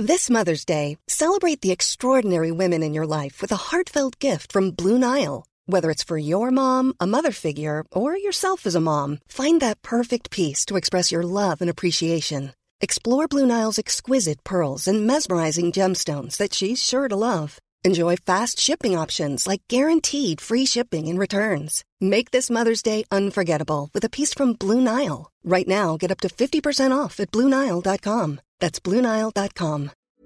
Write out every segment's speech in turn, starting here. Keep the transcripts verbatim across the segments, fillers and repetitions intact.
This Mother's Day, celebrate the extraordinary women in your life with a heartfelt gift from Blue Nile. Whether it's for your mom, a mother figure, or yourself as a mom, find that perfect piece to express your love and appreciation. Explore Blue Nile's exquisite pearls and mesmerizing gemstones that she's sure to love. Enjoy fast shipping options like guaranteed free shipping and returns. Make this Mother's Day unforgettable with a piece from Blue Nile. Right now, get up to fifty percent off at blue nile dot com. That's blue nile dot com.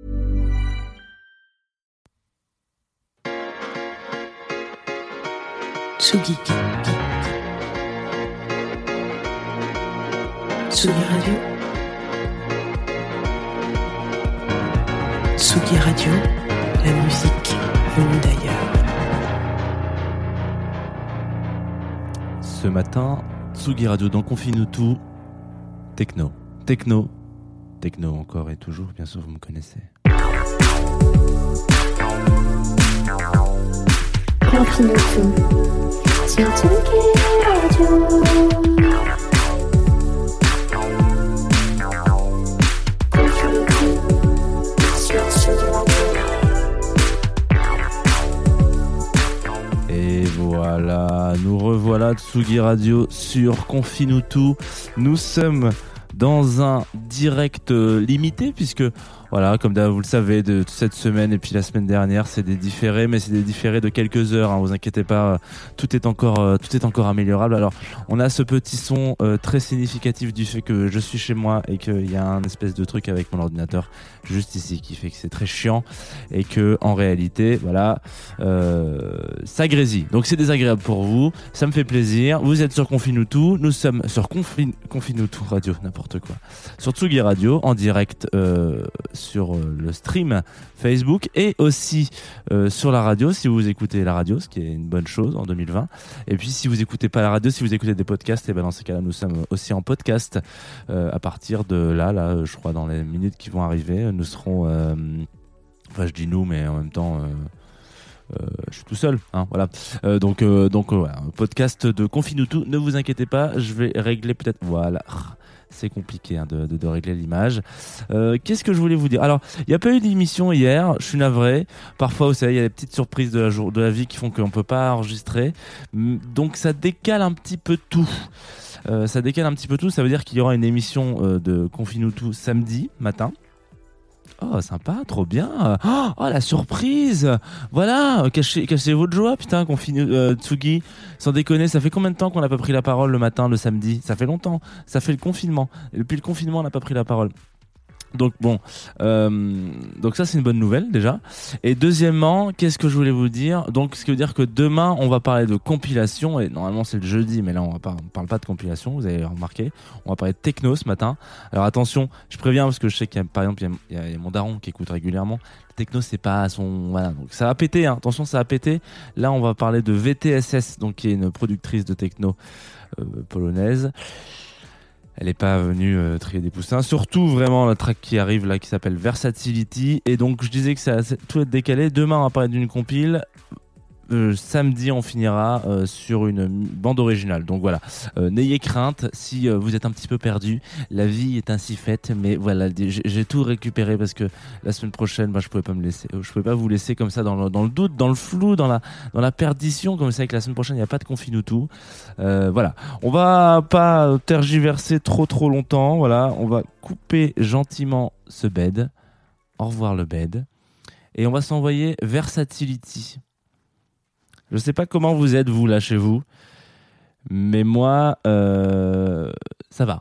Tsugi. Tsugi Radio. Tsugi Radio, la musique venue d'ailleurs. Ce matin, Tsugi Radio dans Confine-nous tout, techno, techno, techno encore et toujours, bien sûr vous me connaissez. Confine-nous tout, sur Tsugi Radio. Et voilà, nous revoilà Tsugi Radio sur Confine-nous tout. Nous sommes dans un direct limité puisque voilà, comme vous le savez, de cette semaine et puis la semaine dernière, c'est des différés, mais c'est des différés de quelques heures. Hein, vous inquiétez pas, tout est encore, euh, tout est encore améliorable. Alors, on a ce petit son euh, très significatif du fait que je suis chez moi et qu'il y a un espèce de truc avec mon ordinateur juste ici qui fait que c'est très chiant et que en réalité, voilà, euh, ça grésille. Donc c'est désagréable pour vous, ça me fait plaisir. Vous êtes sur Confine-nous tout, nous sommes sur Confine, Confine-nous tout Radio, n'importe quoi, sur Tsugi Radio en direct. Euh, sur le stream Facebook et aussi euh, sur la radio si vous écoutez la radio, ce qui est une bonne chose en deux mille vingt. Et puis si vous écoutez pas la radio, si vous écoutez des podcasts, et ben dans ces cas-là nous sommes aussi en podcast euh, à partir de là, là je crois dans les minutes qui vont arriver, nous serons euh, enfin je dis nous mais en même temps euh, Euh, je suis tout seul, hein, voilà. Euh, donc, euh, donc, euh, voilà, podcast de Confine-nous tout. Ne vous inquiétez pas, je vais régler peut-être. Voilà, c'est compliqué hein, de, de, de régler l'image. Euh, qu'est-ce que je voulais vous dire ? Alors, il n'y a pas eu d'émission hier. Je suis navré. Parfois, vous savez, il y a des petites surprises de la jour, de la vie qui font qu'on peut pas enregistrer. Donc, ça décale un petit peu tout. Euh, ça décale un petit peu tout. Ça veut dire qu'il y aura une émission euh, de Confine-nous tout samedi matin. Oh, sympa, trop bien. Oh, oh la surprise. Voilà, cachez, cachez votre joie, putain, qu'on finit euh, Tsugi. Sans déconner, ça fait combien de temps qu'on n'a pas pris la parole le matin, le samedi ? Ça fait longtemps. Ça fait le confinement. Et depuis le confinement, on n'a pas pris la parole. Donc bon, euh, donc ça c'est une bonne nouvelle déjà. Et deuxièmement, qu'est-ce que je voulais vous dire ? Donc ce qui veut dire que demain on va parler de compilation et normalement c'est le jeudi, mais là on va pas, on parle pas de compilation. Vous avez remarqué, on va parler de techno ce matin. Alors attention, je préviens parce que je sais qu'il y a par exemple il y a, il y a mon daron qui écoute régulièrement. Le techno c'est pas à son, voilà, donc ça va péter. Hein. Attention, ça va péter. Là on va parler de V T S S, donc qui est une productrice de techno euh, polonaise. Elle n'est pas venue euh, trier des poussins. Surtout, vraiment, la track qui arrive là, qui s'appelle Versatility. Et donc, je disais que ça tout être décalé. Demain, on va parler d'une compile. Euh, samedi, on finira euh, sur une bande originale. Donc voilà, euh, n'ayez crainte si euh, vous êtes un petit peu perdu. La vie est ainsi faite, mais voilà, j'ai, j'ai tout récupéré parce que la semaine prochaine, bah, je pouvais pas me laisser, je pouvais pas vous laisser comme ça dans le, dans le doute, dans le flou, dans la, dans la perdition. Comme c'est que la semaine prochaine, il n'y a pas de Confine-nous tout. Euh, voilà, on va pas tergiverser trop trop longtemps. Voilà, on va couper gentiment ce bed. Au revoir le bed, et on va s'envoyer Versatility. Je sais pas comment vous êtes, vous, là, chez vous. Mais moi, euh, ça va.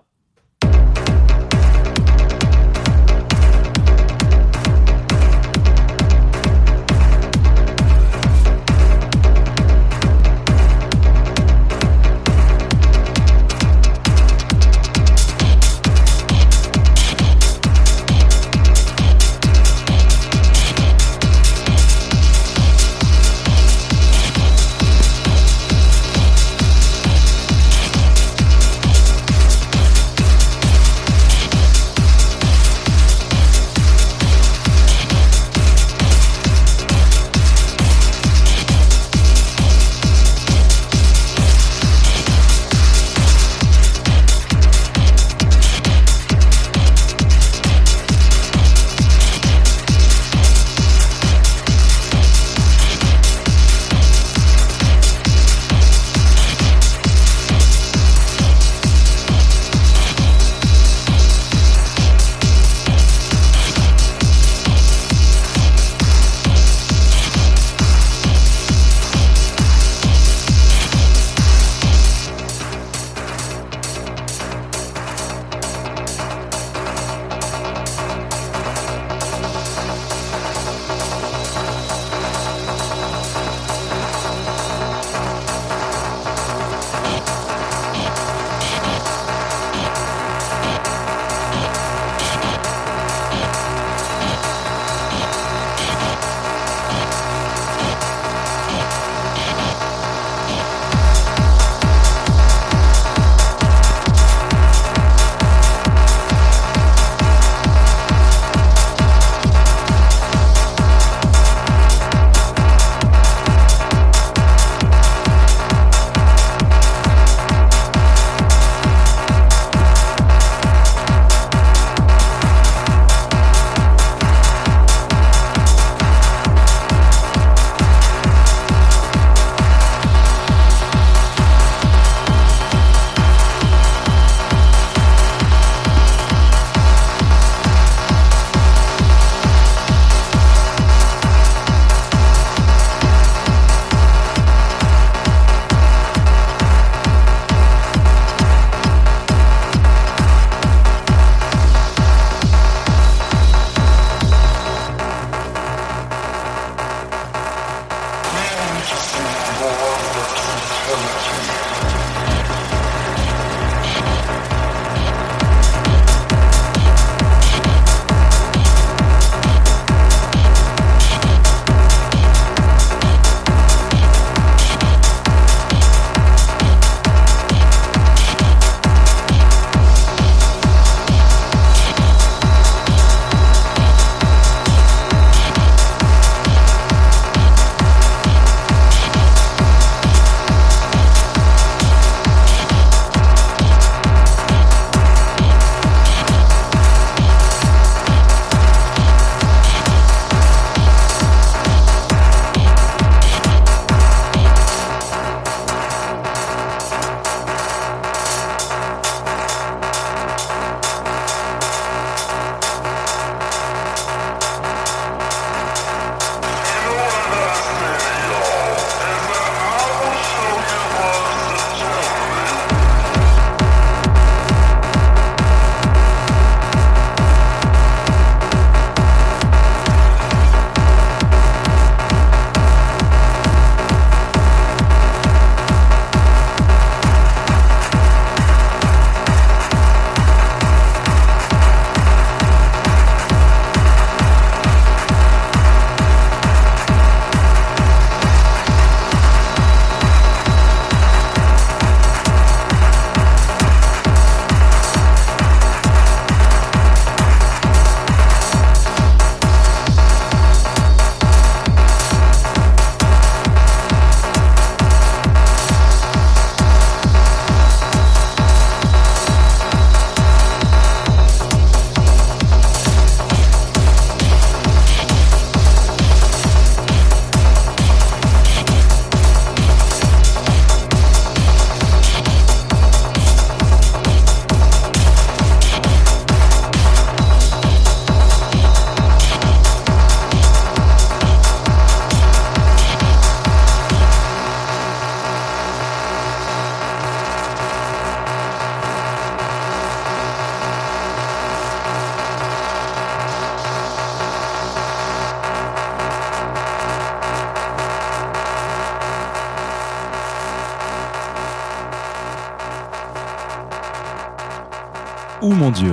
Ouh mon Dieu.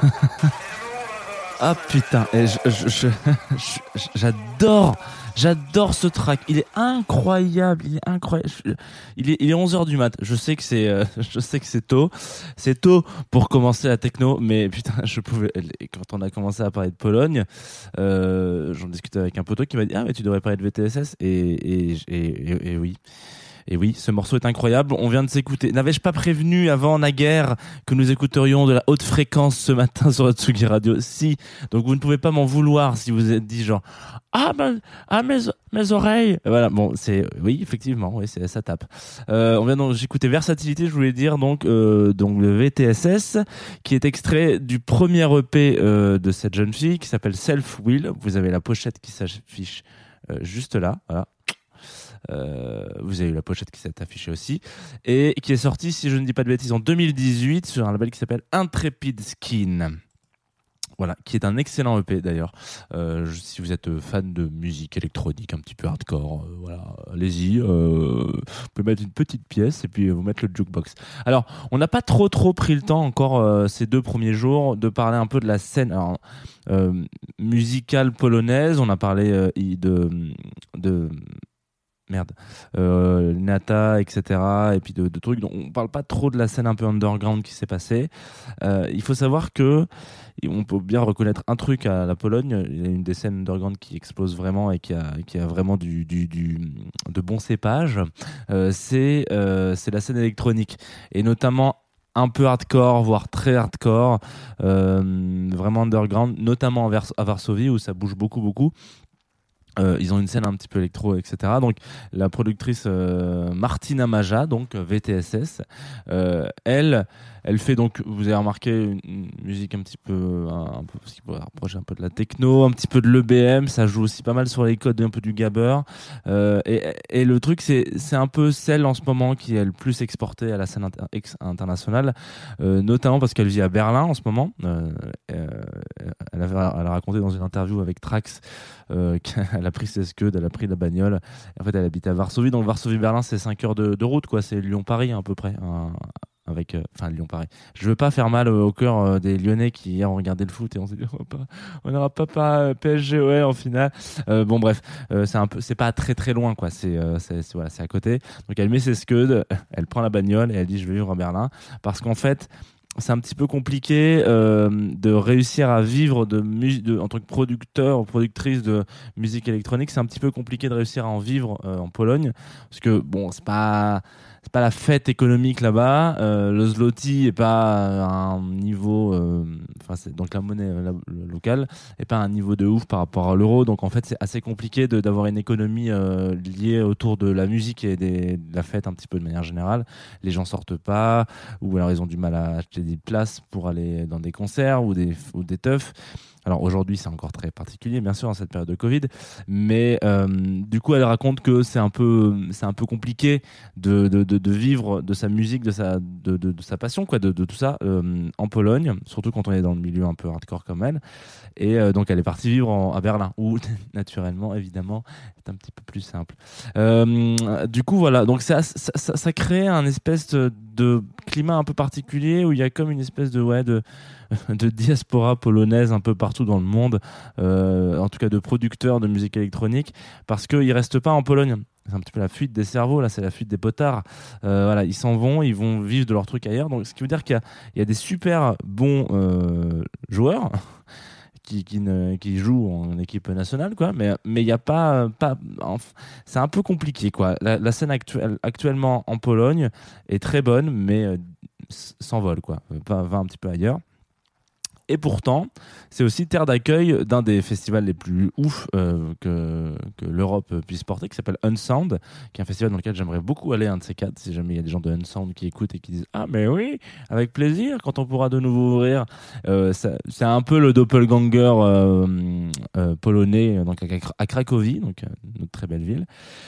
Ah putain, et je, je, je, je, j'adore, j'adore ce track. Il est incroyable, il est incroyable. Il est, il est onze heures du mat. Je sais que c'est, euh, je sais que c'est tôt. C'est tôt pour commencer la techno, mais putain, je pouvais, quand on a commencé à parler de Pologne, euh, j'en discutais avec un poteau qui m'a dit, ah, mais tu devrais parler de V T S S. Et, et, et, et, et oui. Et oui, ce morceau est incroyable. On vient de s'écouter. N'avais-je pas prévenu avant naguère que nous écouterions de la haute fréquence ce matin sur Tsugi Radio? Si. Donc vous ne pouvez pas m'en vouloir si vous êtes dit genre ah ben ah mes mes oreilles. Voilà. Bon, c'est oui effectivement, oui c'est ça tape. Euh, on vient donc j'écoutais Versatilité. Je voulais dire donc euh, donc le V T S S qui est extrait du premier E P euh, de cette jeune fille qui s'appelle Self Will. Vous avez la pochette qui s'affiche euh, juste là. Voilà. Euh, vous avez eu la pochette qui s'est affichée aussi et qui est sortie, si je ne dis pas de bêtises, en deux mille dix-huit sur un label qui s'appelle Intrepid Skin. Voilà, qui est un excellent E P d'ailleurs. Euh, si vous êtes fan de musique électronique un petit peu hardcore, euh, voilà, allez-y. Euh, vous pouvez mettre une petite pièce et puis vous mettre le jukebox. Alors, on n'a pas trop trop pris le temps encore euh, ces deux premiers jours de parler un peu de la scène alors, euh, musicale polonaise. On a parlé euh, de de merde, euh, Nata, et cetera. Et puis de, de trucs. Donc on parle pas trop de la scène un peu underground qui s'est passée. Euh, il faut savoir que on peut bien reconnaître un truc à la Pologne. Il y a une des scènes underground qui explose vraiment et qui a, qui a vraiment du, du, du, de bons cépages. Euh, c'est, euh, c'est la scène électronique. Et notamment un peu hardcore, voire très hardcore. Euh, vraiment underground, notamment à, Vers- à Varsovie où ça bouge beaucoup, beaucoup. Euh, ils ont une scène un petit peu électro, et cetera. Donc la productrice euh, Martina Maja, donc V T S S, euh, elle, elle fait donc, vous avez remarqué, une, une musique un petit peu, un, un peu, ce qui pourrait rapprocher un peu de la techno, un petit peu de l'E B M. Ça joue aussi pas mal sur les codes, un peu du gabber. Euh, et, et le truc, c'est, c'est un peu celle en ce moment qui est le plus exportée à la scène inter- ex- internationale, euh, notamment parce qu'elle vit à Berlin en ce moment. Euh, euh, elle, avait, elle a raconté dans une interview avec Trax. Euh, elle a pris ses scuds, elle a pris la bagnole. En fait, elle habitait à Varsovie. Donc, Varsovie-Berlin, c'est cinq heures de, de route, quoi. C'est Lyon-Paris, à peu près. Hein, avec, euh, enfin, Lyon-Paris. Je veux pas faire mal euh, au cœur euh, des Lyonnais qui, hier, ont regardé le foot et on s'est dit, on n'aura pas, pas euh, P S G, ouais, en finale. Euh, bon, bref, euh, c'est un peu, c'est pas très, très loin, quoi. C'est, euh, c'est, c'est, voilà, c'est à côté. Donc, elle met ses scuds, elle prend la bagnole et elle dit, je vais vivre à Berlin. Parce qu'en fait, c'est un petit peu compliqué euh, de réussir à vivre de, mu- de en tant que producteur ou productrice de musique électronique. C'est un petit peu compliqué de réussir à en vivre euh, en Pologne parce que bon, c'est pas c'est pas la fête économique là-bas. Euh, le zloty est pas à un niveau, enfin euh, c'est donc la monnaie euh, la, locale est pas à un niveau de ouf par rapport à l'euro. Donc en fait, c'est assez compliqué de, d'avoir une économie euh, liée autour de la musique et des, de la fête un petit peu de manière générale. Les gens sortent pas, ou alors ils ont du mal à acheter des places pour aller dans des concerts ou des ou des teufs. Alors aujourd'hui, c'est encore très particulier, bien sûr, dans cette période de Covid, mais euh, du coup, elle raconte que c'est un peu, c'est un peu compliqué de, de, de, de vivre de sa musique, de sa, de, de, de sa passion, quoi, de, de tout ça euh, en Pologne, surtout quand on est dans le milieu un peu hardcore comme elle. Et euh, donc, elle est partie vivre en, à Berlin, où naturellement, évidemment, c'est un petit peu plus simple. Euh, du coup, voilà, donc ça, ça, ça, ça crée un espèce de, de climat un peu particulier où il y a comme une espèce de, ouais, de de diaspora polonaise un peu partout dans le monde, euh, en tout cas de producteurs de musique électronique, parce qu'ils restent pas en Pologne. C'est un petit peu la fuite des cerveaux, là, c'est la fuite des potards. Euh, voilà, ils s'en vont, ils vont vivre de leur truc ailleurs. Donc, ce qui veut dire qu'il y a, il y a des super bons euh, joueurs qui, qui, ne, qui jouent en équipe nationale, quoi. Mais mais il y a pas, pas enfin, c'est un peu compliqué, quoi. La, la scène actuelle, actuellement en Pologne est très bonne, mais euh, s'envole, quoi. Va, va un petit peu ailleurs. Et pourtant, c'est aussi terre d'accueil d'un des festivals les plus ouf euh, que, que l'Europe puisse porter, qui s'appelle Unsound, qui est un festival dans lequel j'aimerais beaucoup aller, un de ces quatre, si jamais il y a des gens de Unsound qui écoutent et qui disent « Ah, mais oui, avec plaisir, quand on pourra de nouveau ouvrir. Euh, » C'est un peu le doppelganger euh, euh, polonais donc à, à Cracovie, donc une très belle ville,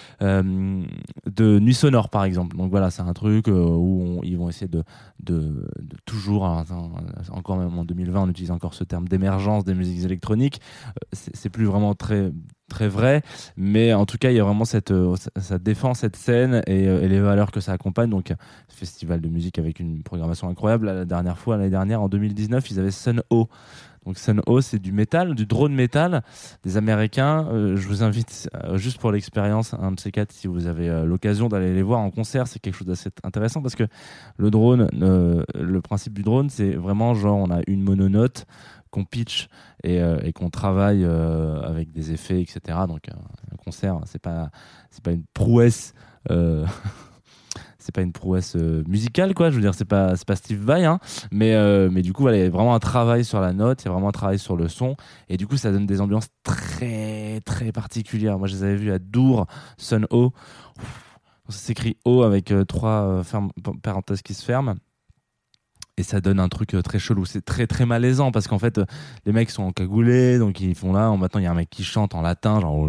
euh, de Nuit Sonore, par exemple. Donc voilà, c'est un truc euh, où on, ils vont essayer de, de, de toujours, alors, encore même en deux mille vingt, on utilise encore ce terme d'émergence des musiques électroniques. C'est, c'est plus vraiment très très vrai, mais en tout cas il y a vraiment cette euh, ça défend cette scène et, euh, et les valeurs que ça accompagne. Donc festival de musique avec une programmation incroyable. La dernière fois, l'année dernière en deux mille dix-neuf, ils avaient Sunho. Donc Sunho, c'est du métal, du drone métal des Américains. Euh, je vous invite euh, juste pour l'expérience, un de ces quatre, si vous avez euh, l'occasion d'aller les voir en concert, c'est quelque chose d'assez intéressant parce que le drone, euh, le principe du drone, c'est vraiment genre on a une mononote qu'on pitch et, euh, et qu'on travaille euh, avec des effets, et cetera. Donc euh, un concert, c'est pas c'est pas une prouesse. Euh, c'est pas une prouesse euh, musicale, quoi. Je veux dire, c'est pas c'est pas Steve Vai, hein. Mais euh, mais du coup, voilà, il y a vraiment un travail sur la note, il y a vraiment un travail sur le son, et du coup, ça donne des ambiances très très particulières. Moi, je les avais vus à Dour, Sunho. Ça s'écrit O avec euh, trois euh, ferme, parenthèses qui se ferment. Et ça donne un truc très chelou, c'est très très malaisant parce qu'en fait les mecs sont encagoulés, donc ils font là, maintenant il y a un mec qui chante en latin, genre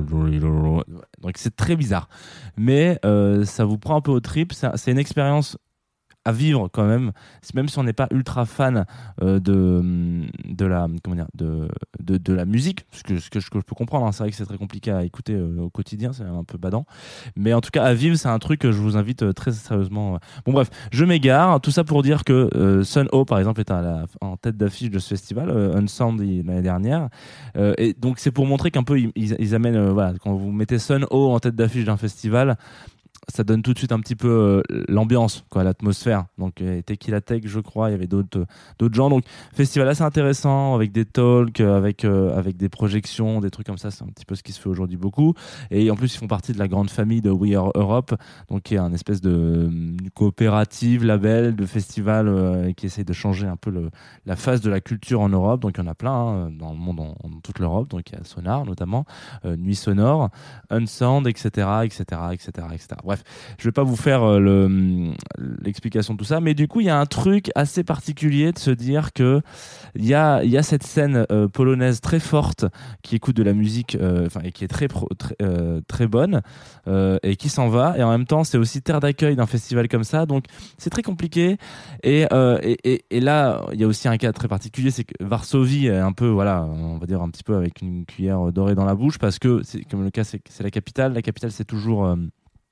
donc c'est très bizarre, mais euh, ça vous prend un peu au trip, c'est, c'est une expérience à vivre quand même, même si on n'est pas ultra fan euh, de de la comment dire de de, de la musique, ce que ce que je, que je peux comprendre, hein. C'est vrai que c'est très compliqué à écouter euh, au quotidien, c'est un peu badant, mais en tout cas à vivre, c'est un truc que je vous invite euh, très sérieusement. Bon bref, je m'égare, tout ça pour dire que euh, Sunho par exemple est à la, en tête d'affiche de ce festival, euh, Unsound l'année dernière, euh, et donc c'est pour montrer qu'un peu ils, ils, ils amènent euh, voilà, quand vous mettez Sunho en tête d'affiche d'un festival, ça donne tout de suite un petit peu euh, l'ambiance, quoi, l'atmosphère. Donc euh, Tequila Tech, je crois, il y avait d'autres euh, d'autres gens. Donc festival assez intéressant avec des talks, euh, avec euh, avec des projections, des trucs comme ça. C'est un petit peu ce qui se fait aujourd'hui beaucoup. Et en plus, ils font partie de la grande famille de We Are Europe, donc qui est un espèce de euh, coopérative, label, de festival euh, qui essaye de changer un peu le, la face de la culture en Europe. Donc il y en a plein hein, dans le monde, en, en toute l'Europe. Donc il y a Sonar notamment, euh, Nuit Sonore, Unsound, et cetera, et cetera, et cetera, et cetera. Bref, je vais pas vous faire euh, le, l'explication de tout ça, mais du coup, il y a un truc assez particulier de se dire que il y a, il y a cette scène euh, polonaise très forte qui écoute de la musique, euh, enfin, et qui est très, pro, très, euh, très bonne euh, et qui s'en va. Et en même temps, c'est aussi terre d'accueil d'un festival comme ça, donc c'est très compliqué. Et, euh, et, et, et là, il y a aussi un cas très particulier, c'est que Varsovie est un peu, voilà, on va dire un petit peu avec une cuillère dorée dans la bouche, parce que c'est comme le cas, c'est, c'est la capitale. La capitale, c'est toujours euh,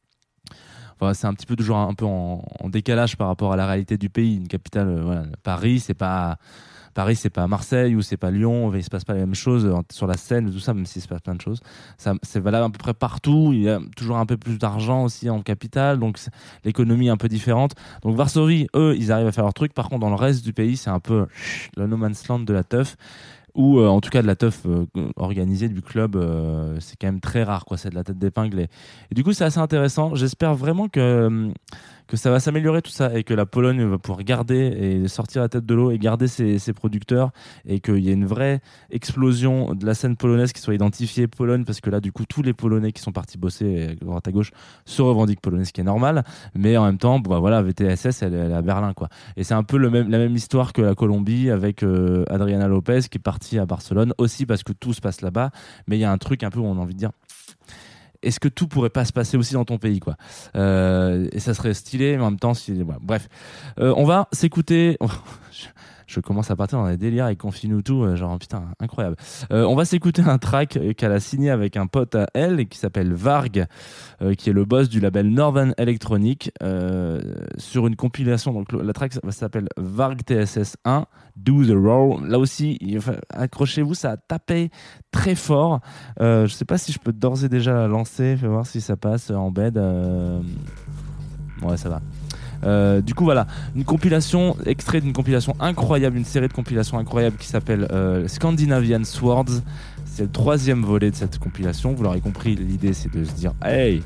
Enfin, c'est un petit peu toujours un peu en, en décalage par rapport à la réalité du pays. Une capitale, euh, voilà, Paris, c'est pas Paris, c'est pas Marseille ou c'est pas Lyon. Il se passe pas les mêmes choses sur la scène, tout ça, même s'il se passe plein de choses. Ça, c'est valable à peu près partout. Il y a toujours un peu plus d'argent aussi en capitale, donc l'économie est un peu différente. Donc Varsovie, eux, ils arrivent à faire leur truc. Par contre, dans le reste du pays, c'est un peu le no man's land de la teuf. Ou euh, en tout cas de la teuf euh, organisée du club, euh, c'est quand même très rare, quoi. C'est de la tête d'épingle et, et du coup c'est assez intéressant. J'espère vraiment que euh, que ça va s'améliorer tout ça et que la Pologne va pouvoir garder et sortir la tête de l'eau et garder ses, ses producteurs, et qu'il y ait une vraie explosion de la scène polonaise qui soit identifiée Pologne, parce que là du coup tous les Polonais qui sont partis bosser à droite à gauche se revendiquent polonais, ce qui est normal, mais en même temps bon, bah voilà, V T S S elle, elle est à Berlin, quoi. Et c'est un peu le même, la même histoire que la Colombie avec euh, Adriana Lopez qui est partie à Barcelone aussi parce que tout se passe là-bas, mais il y a un truc un peu où on a envie de dire, est-ce que tout pourrait pas se passer aussi dans ton pays, quoi. Euh, et ça serait stylé, mais en même temps, si, voilà. Bref, euh, on va s'écouter. je, je commence à partir dans des délires avec Confine tout, euh, genre putain, incroyable. Euh, on va s'écouter un track qu'elle a signé avec un pote à elle et qui s'appelle Varg, euh, qui est le boss du label Northern Electronic, euh, sur une compilation. Donc la track s'appelle Varg T S S un. Do the Roll. Là aussi, enfin, accrochez-vous, ça a tapé très fort. Euh, je sais pas si je peux d'ores et déjà la lancer. Fais voir si ça passe en bed. Euh... Ouais, ça va. Euh, du coup, voilà, une compilation, extrait d'une compilation incroyable, une série de compilations incroyables qui s'appelle euh, Scandinavian Swords. C'est le troisième volet de cette compilation. Vous l'aurez compris, l'idée c'est de se dire, hey,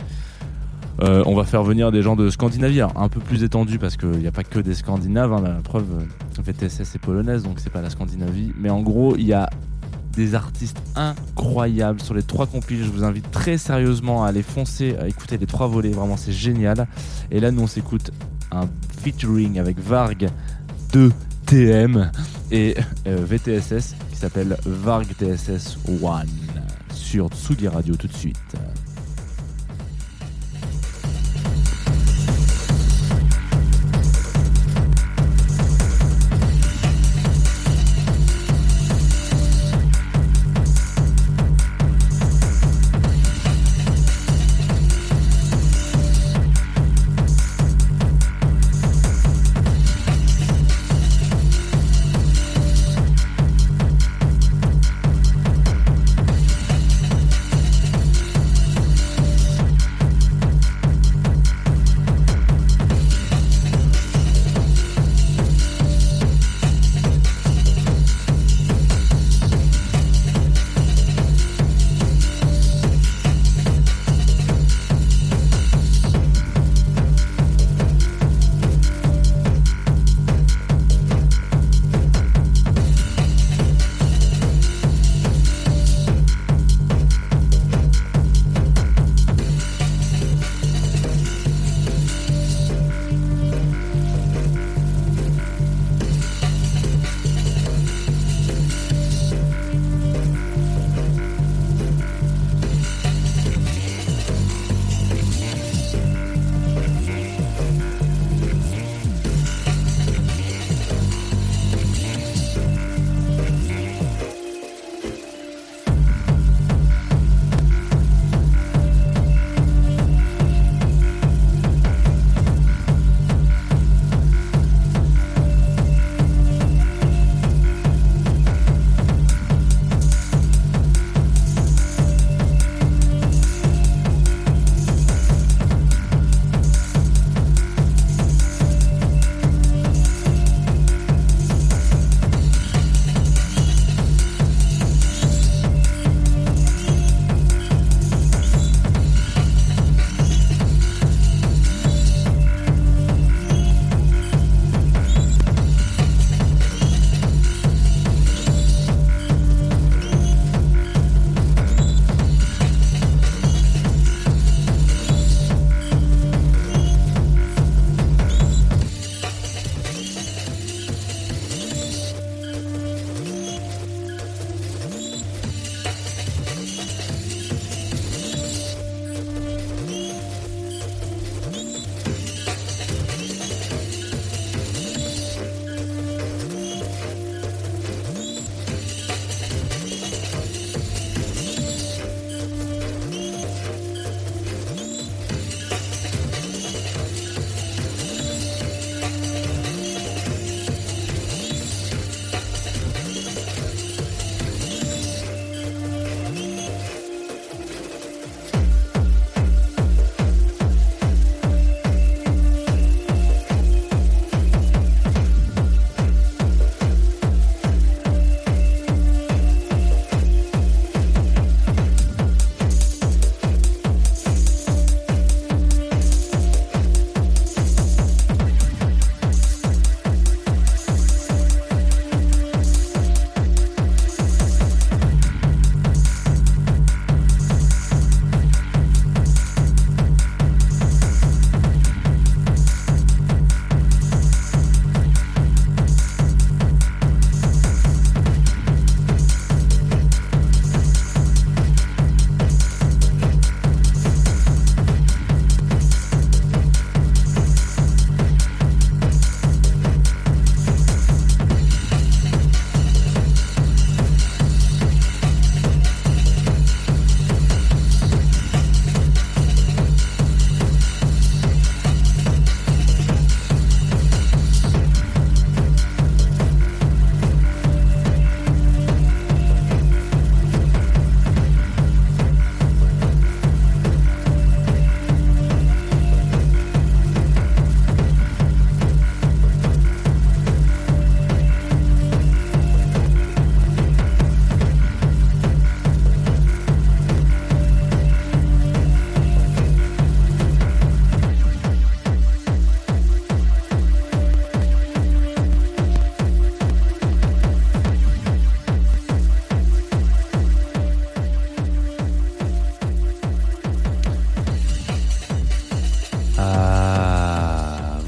Euh, on va faire venir des gens de Scandinavie, alors un peu plus étendu parce qu'il n'y a pas que des Scandinaves, hein, la preuve, V T S S est polonaise, donc c'est pas la Scandinavie, mais en gros il y a des artistes incroyables sur les trois compiles. Je vous invite très sérieusement à aller foncer, à écouter les trois volets, vraiment c'est génial. Et là nous on s'écoute un featuring avec Varg de T M et euh, V T S S qui s'appelle Varg T S S un sur Tsugi Radio tout de suite.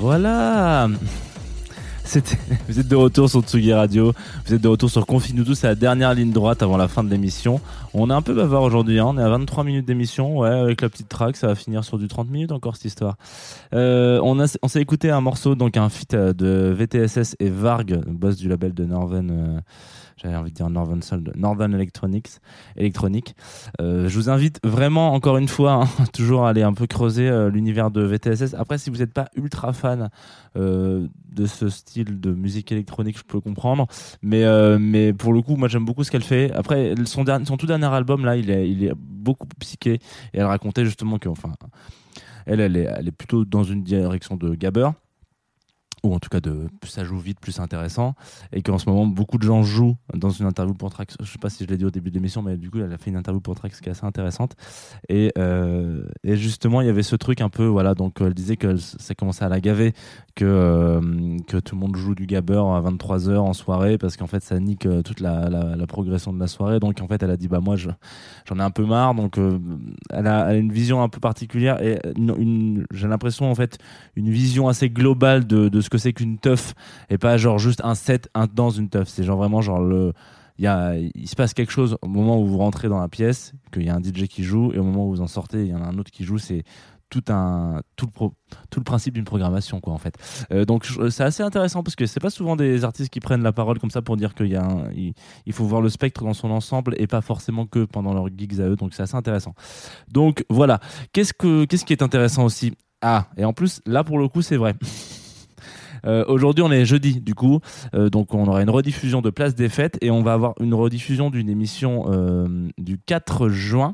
Voilà. C'était... Vous êtes de retour sur Tsugi Radio, vous êtes de retour sur Confine-nous tous, c'est la dernière ligne droite avant la fin de l'émission. On est un peu bavard aujourd'hui, hein. On est à vingt-trois minutes d'émission, ouais, avec la petite track, ça va finir sur du trente minutes encore cette histoire. Euh, on, a, on s'est écouté un morceau, donc un feat de V T S S et Varg, boss du label de Northern, euh, j'avais envie de dire Northern Soul, Northern Electronics, électronique. Euh, je vous invite vraiment, encore une fois, hein, toujours à aller un peu creuser euh, l'univers de V T S S. Après, si vous n'êtes pas ultra fan euh, de ce style de musique électronique, je peux comprendre, mais euh, mais pour le coup, moi j'aime beaucoup ce qu'elle fait. Après, son dernier, son tout dernier album là, il est il est beaucoup psyché et elle racontait justement que, enfin, elle elle est elle est plutôt dans une direction de gabber, ou en tout cas de ça joue vite, plus intéressant, et qu'en ce moment beaucoup de gens jouent dans une interview pour Trax, je sais pas si je l'ai dit au début de l'émission, mais du coup elle a fait une interview pour Trax qui est assez intéressante, et, euh, et justement il y avait ce truc un peu, voilà, donc elle disait que ça commençait à la gaver, que, euh, que tout le monde joue du gabber à vingt-trois heures en soirée, parce qu'en fait ça nique toute la, la, la progression de la soirée, donc en fait elle a dit bah moi je, j'en ai un peu marre, donc euh, elle, a, elle a une vision un peu particulière, et une, une, j'ai l'impression en fait une vision assez globale de, de ce que c'est qu'une teuf, et pas genre juste un set un, dans une teuf. C'est genre vraiment genre le il y a il se passe quelque chose au moment où vous rentrez dans la pièce, qu'il y a un D J qui joue, et au moment où vous en sortez il y en a un autre qui joue. C'est tout un tout le pro, tout le principe d'une programmation, quoi, en fait. Euh, donc c'est assez intéressant parce que c'est pas souvent des artistes qui prennent la parole comme ça pour dire qu'il y a un, il, il faut voir le spectre dans son ensemble et pas forcément que pendant leurs gigs à eux. Donc c'est assez intéressant. Donc voilà. Qu'est-ce que qu'est-ce qui est intéressant aussi? Ah, et en plus là pour le coup c'est vrai. Euh, aujourd'hui on est jeudi du coup, euh, donc on aura une rediffusion de Place des Fêtes, et on va avoir une rediffusion d'une émission euh, du quatre juin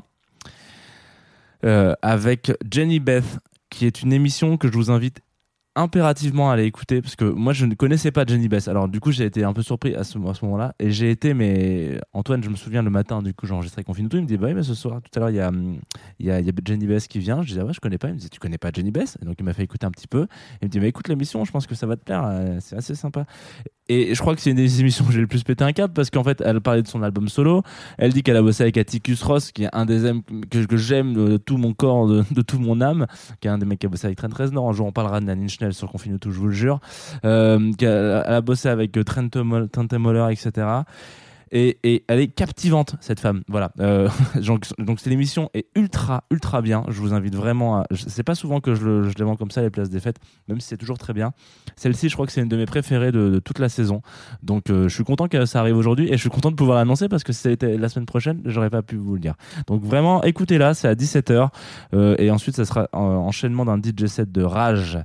euh, avec Jenny Beth, qui est une émission que je vous invite impérativement à aller écouter, parce que moi je ne connaissais pas Jenny Beth. Alors du coup j'ai été un peu surpris à ce, à ce moment-là, et j'ai été, mais Antoine, je me souviens le matin, du coup j'ai enregistré Confine-nous tous, il me dit bah oui mais ce soir tout à l'heure il y a, il y a, il y a Jenny Beth qui vient. Je disais ah ouais je connais pas, il me dit tu connais pas Jenny Beth? Et donc il m'a fait écouter un petit peu, il me dit mais écoute l'émission, je pense que ça va te plaire, c'est assez sympa. Et je crois que c'est une des émissions où j'ai le plus pété un câble, parce qu'en fait elle parlait de son album solo, elle dit qu'elle a bossé avec Atticus Ross, qui est un des M que, que j'aime de tout mon corps, de, de tout mon âme, qui est un des mecs qui a bossé avec Trent Reznor. Un jour on parlera de Nine Inch Nails sur Confine-nous tous, je vous le jure. Euh, elle a bossé avec Trent Moller, et cetera. Et, et elle est captivante, cette femme. Voilà. Euh, donc, donc cette émission est ultra, ultra bien. Je vous invite vraiment à. C'est pas souvent que je, le, je les vends comme ça, les Places des Fêtes, même si c'est toujours très bien. Celle-ci, je crois que c'est une de mes préférées de, de toute la saison. Donc euh, je suis content que ça arrive aujourd'hui, et je suis content de pouvoir l'annoncer, parce que si ça était la semaine prochaine, j'aurais pas pu vous le dire. Donc vraiment, écoutez-la, c'est à dix-sept heures. Euh, et ensuite, ça sera un enchaînement d'un D J set de rage.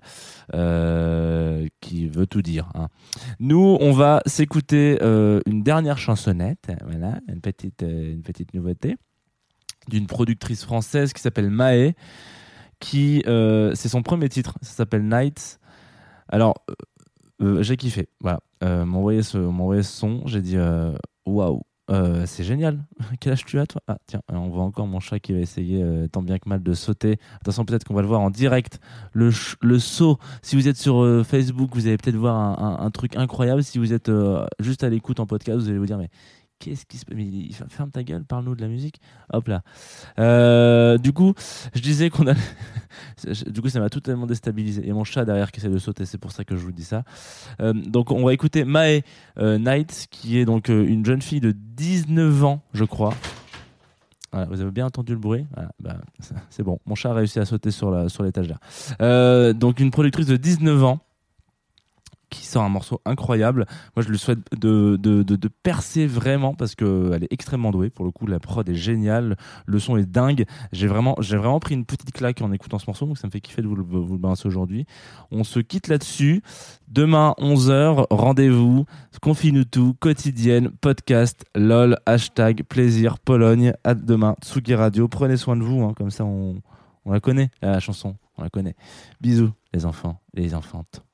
Euh, qui veut tout dire, hein. Nous on va s'écouter euh, une dernière chansonnette, voilà, une petite, euh, une petite nouveauté d'une productrice française qui s'appelle Maë, qui euh, c'est son premier titre, ça s'appelle Nights. Alors euh, euh, j'ai kiffé, voilà, euh, m'envoyer ce, m'envoyer ce son, j'ai dit waouh, wow. Euh, c'est génial. Quel âge tu as, toi? Ah tiens, on voit encore mon chat qui va essayer euh, tant bien que mal de sauter. Attention, peut-être qu'on va le voir en direct, le, ch- le saut. Si vous êtes sur euh, Facebook, vous allez peut-être voir un, un, un truc incroyable. Si vous êtes euh, juste à l'écoute en podcast, vous allez vous dire mais qu'est-ce qui se passe? Mais ferme ta gueule, parle-nous de la musique. Hop là. Euh, du coup, je disais qu'on a. Du coup, ça m'a totalement déstabilisé. Et mon chat derrière qui essaie de sauter, c'est pour ça que je vous dis ça. Euh, donc, on va écouter Maë euh, Nights, qui est donc euh, une jeune fille de dix-neuf ans, je crois. Voilà, vous avez bien entendu le bruit, voilà, bah, c'est bon. Mon chat a réussi à sauter sur, la, sur l'étagère. Euh, donc, une productrice de dix-neuf ans, qui sort un morceau incroyable. Moi, je lui souhaite de, de, de, de percer vraiment, parce qu'elle est extrêmement douée. Pour le coup, la prod est géniale, le son est dingue. J'ai vraiment, j'ai vraiment pris une petite claque en écoutant ce morceau, donc ça me fait kiffer de vous le, vous le balancer aujourd'hui. On se quitte là-dessus. Demain, onze heures, rendez-vous. Confine-nous tout, quotidienne, podcast, lol, hashtag, plaisir, Pologne. À demain, Tsugi Radio. Prenez soin de vous, hein, comme ça on, on la connaît, la chanson, on la connaît. Bisous, les enfants et les enfantes.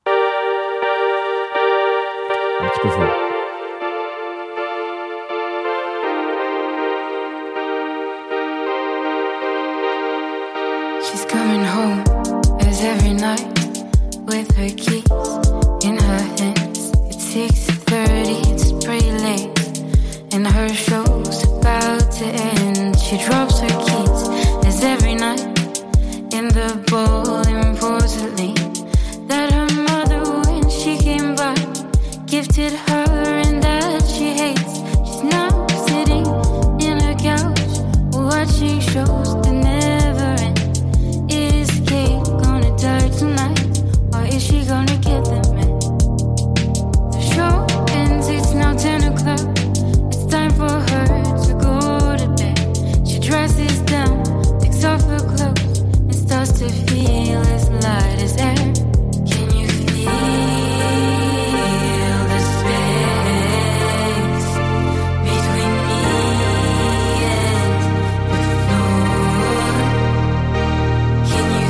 Un petit peu fort. She's coming home as every night with her keys in her hands. It's six thirty, it's pretty late, and her show's about to end. She drops her keys as every night in the bowl in porcelain that her mother shows that never end. Is Kate gonna die tonight, or is she gonna get the man? The show ends, it's now ten o'clock. It's time for her to go to bed. She dresses down, takes off her clothes, and starts to feel as light as air. Can you feel the space between me and the floor? Can you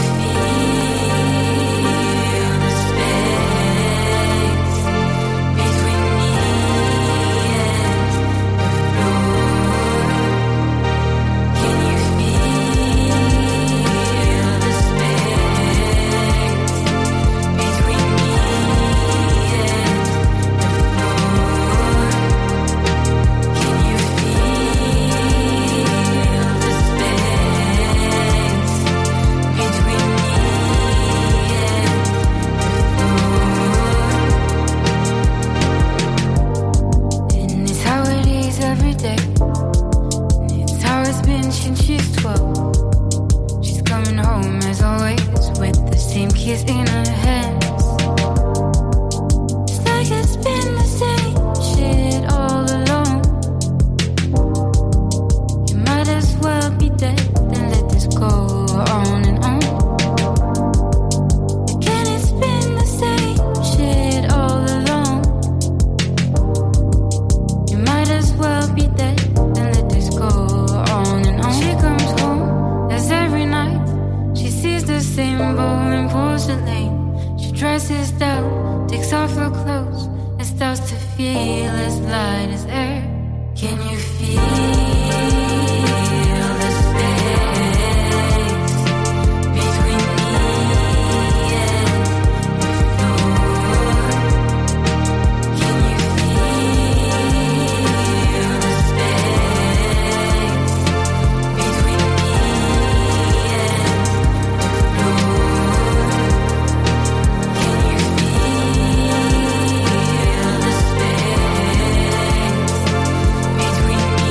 feel the space between me and the floor? Can you feel the space between me and the floor? Can you feel the space between me and the floor? And it's how it is every day. And it's how it's been since she's twelve. She's coming home as always with the same kiss in her hands. It's like it's been the same shit all along. You might as well be dead than let this go on and on. Again, it's been the same shit all along. You might as well be dead than let this go on and on. She comes home as every night. She sees the same bowl and porcelain. She dresses down, takes off her clothes, and starts to feel as light as air. Can you feel the space between me and the floor? Can you feel the space between me and the floor? Can you feel the space between me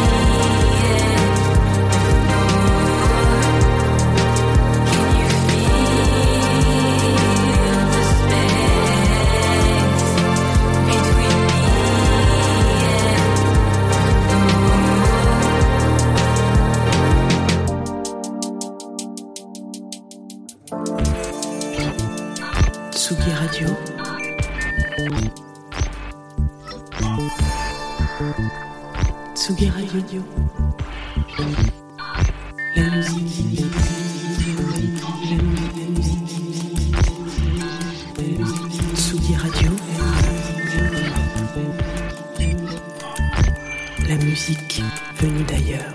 Tsugi Radio. Tsugi Radio. La musique. Tsugi Radio. La musique venue d'ailleurs.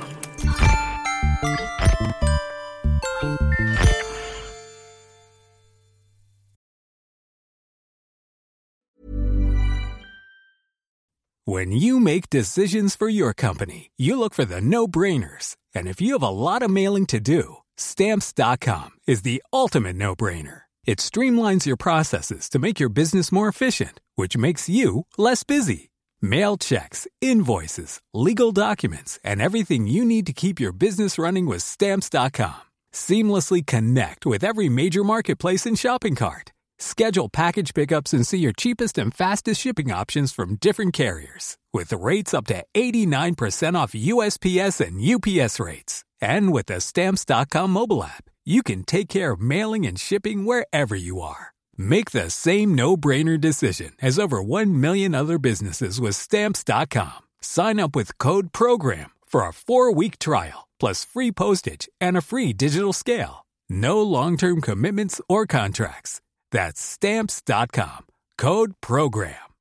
When you make decisions for your company, you look for the no-brainers. And if you have a lot of mailing to do, Stamps dot com is the ultimate no-brainer. It streamlines your processes to make your business more efficient, which makes you less busy. Mail checks, invoices, legal documents, and everything you need to keep your business running with Stamps dot com. Seamlessly connect with every major marketplace and shopping cart. Schedule package pickups and see your cheapest and fastest shipping options from different carriers. With rates up to eighty-nine percent off U S P S and U P S rates. And with the Stamps dot com mobile app, you can take care of mailing and shipping wherever you are. Make the same no-brainer decision as over one million other businesses with Stamps dot com. Sign up with code PROGRAM for a four-week trial, plus free postage and a free digital scale. No long-term commitments or contracts. That's Stamps dot com. Code PROGRAM.